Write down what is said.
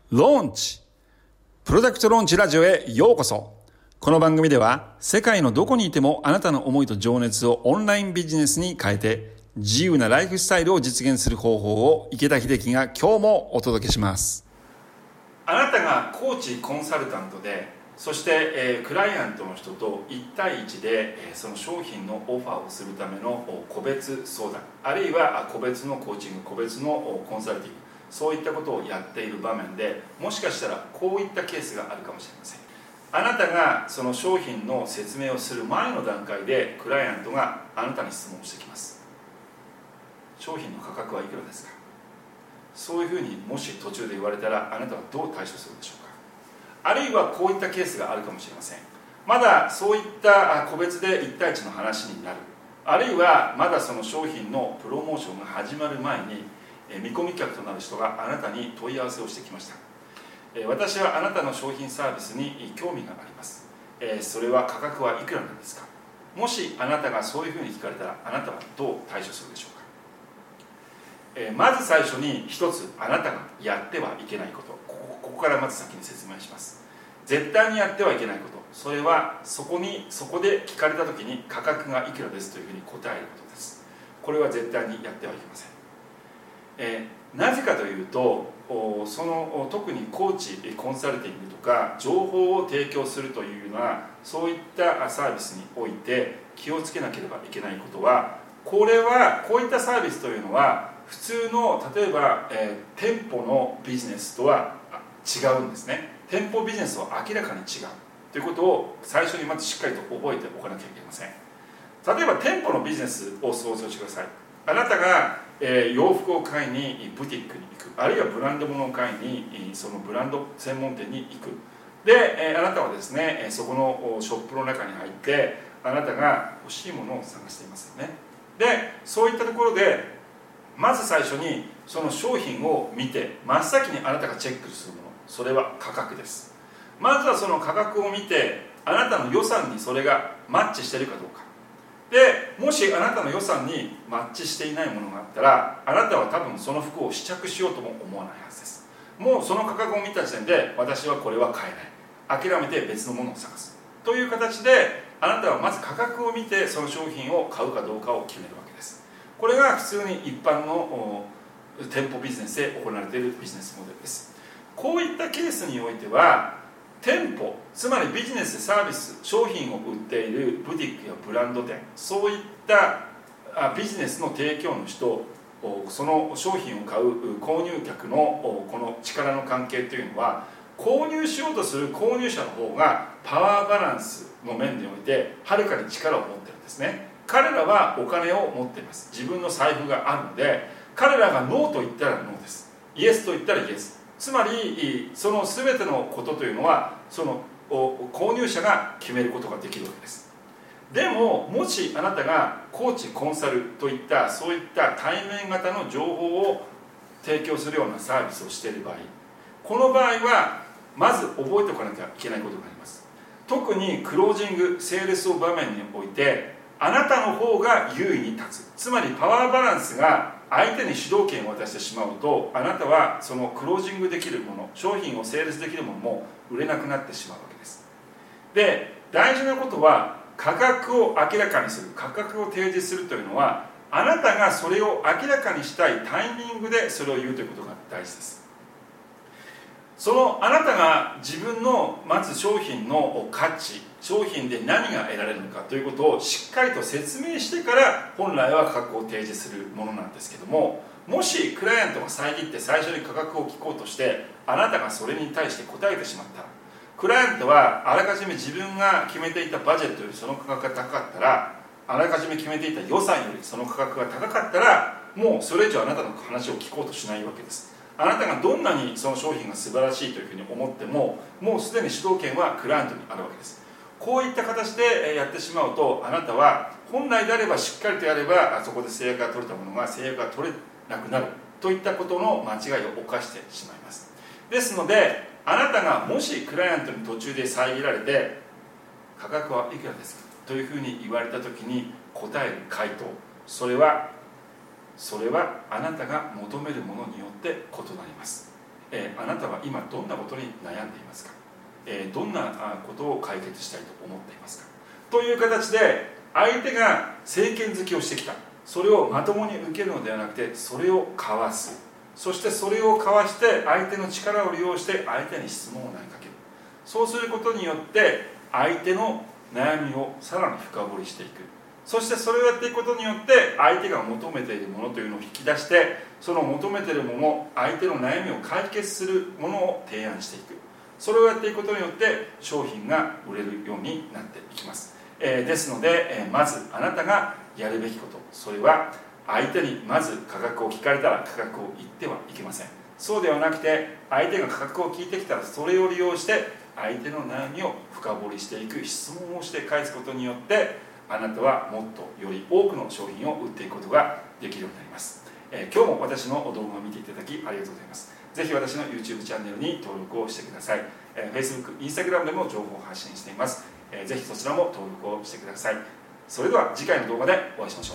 ローンチプロダクトローンチラジオへようこそ。この番組では世界のどこにいてもあなたの思いと情熱をオンラインビジネスに変えて自由なライフスタイルを実現する方法を池田秀樹が今日もお届けします。あなたがコーチコンサルタントで、そして、クライアントの人と1対1で、その商品のオファーをするための個別相談、あるいは個別のコーチング、個別のコンサルティング、そういったことをやっている場面で、もしかしたらこういったケースがあるかもしれません。あなたがその商品の説明をする前の段階でクライアントがあなたに質問してきます。商品の価格はいくらですか？そういうふうにもし途中で言われたら、あなたはどう対処するでしょうか？あるいはこういったケースがあるかもしれません。まだそういった個別で1対1の話になる、あるいはまだその商品のプロモーションが始まる前に見込み客となる人があなたに問い合わせをしてきました。私はあなたの商品サービスに興味があります。それは価格はいくらなんですか？もしあなたがそういうふうに聞かれたら、あなたはどう対処するでしょうか？まず最初に一つ、あなたがやってはいけないこと、ここからまず先に説明します。絶対にやってはいけないこと、それはそこで聞かれた時に価格がいくらですというふうに答えることです。これは絶対にやってはいけません。なぜかというと、特にコーチコンサルティングとか情報を提供するというようなそういったサービスにおいて気をつけなければいけないことは、こういったサービスというのは普通の例えば、店舗のビジネスとは違うんですね。店舗ビジネスは明らかに違うということを最初にまずしっかりと覚えておかなきゃいけません。例えば店舗のビジネスを想像してください。あなたが洋服を買いにブティックに行く、あるいはブランド物を買いにそのブランド専門店に行く。で、あなたはですね、そこのショップの中に入ってあなたが欲しいものを探していますよね。で、そういったところでまず最初にその商品を見て真っ先にあなたがチェックするもの、それは価格です。まずはその価格を見て、あなたの予算にそれがマッチしているかどうかで、もしあなたの予算にマッチしていないものがあったら、あなたは多分その服を試着しようとも思わないはずです。もうその価格を見た時点で、私はこれは買えない、諦めて別のものを探すという形で、あなたはまず価格を見てその商品を買うかどうかを決めるわけです。これが普通に一般の店舗ビジネスで行われているビジネスモデルです。こういったケースにおいては、店舗、つまりビジネスサービス、商品を売っているブティックやブランド店、そういったビジネスの提供主とその商品を買う購入客のこの力の関係というのは、購入しようとする購入者の方がパワーバランスの面においてはるかに力を持っているんですね。彼らはお金を持っています。自分の財布があるので、彼らがノーと言ったらノーです、イエスと言ったらイエス。つまりその全てのことというのはその購入者が決めることができるわけです。でも、もしあなたがコーチコンサルといったそういった対面型の情報を提供するようなサービスをしている場合、この場合はまず覚えておかなきゃいけないことがあります。特にクロージング、セールス場面において、あなたの方が優位に立つ、つまりパワーバランスが相手に主導権を渡してしまうと、あなたはそのクロージングできるもの、商品をセールスできるものも売れなくなってしまうわけです。で、大事なことは価格を明らかにする、価格を提示するというのは、あなたがそれを明らかにしたいタイミングでそれを言うということが大事です。そのあなたが自分のまず商品の価値、商品で何が得られるのかということをしっかりと説明してから本来は価格を提示するものなんですけども、もしクライアントが遮って最初に価格を聞こうとしてあなたがそれに対して答えてしまったら、クライアントはあらかじめ自分が決めていたバジェットよりその価格が高かったら、あらかじめ決めていた予算よりその価格が高かったら、もうそれ以上あなたの話を聞こうとしないわけです。あなたがどんなにその商品が素晴らしいというふうに思っても、もうすでに主導権はクライアントにあるわけです。こういった形でやってしまうと、あなたは本来であればしっかりとやればそこで制約が取れたものが制約が取れなくなるといったことの間違いを犯してしまいます。ですので、あなたがもしクライアントに途中で遮られて価格はいくらですかというふうに言われた時に答える回答、それはあなたが求めるものによって異なります。 あなたは今どんなことに悩んでいますか、どんなことを解決したいと思っていますかという形で、相手が政権好きをしてきた、それをまともに受けるのではなくて、それをかわす、そしてそれをかわして相手の力を利用して相手に質問を投げかける。そうすることによって相手の悩みをさらに深掘りしていく。そしてそれをやっていくことによって相手が求めているものというのを引き出して、その求めているもの、相手の悩みを解決するものを提案していく。それをやっていくことによって商品が売れるようになっていきます。ですので、まずあなたがやるべきこと、それは相手にまず価格を聞かれたら価格を言ってはいけません。そうではなくて、相手が価格を聞いてきたらそれを利用して相手の悩みを深掘りしていく、質問をして返すことによって、あなたはもっとより多くの商品を売っていくことができるようになります。今日も私の動画を見ていただきありがとうございます。ぜひ私の YouTube チャンネルに登録をしてください。Facebook、Instagram でも情報を発信しています。ぜひそちらも登録をしてください。それでは次回の動画でお会いしましょう。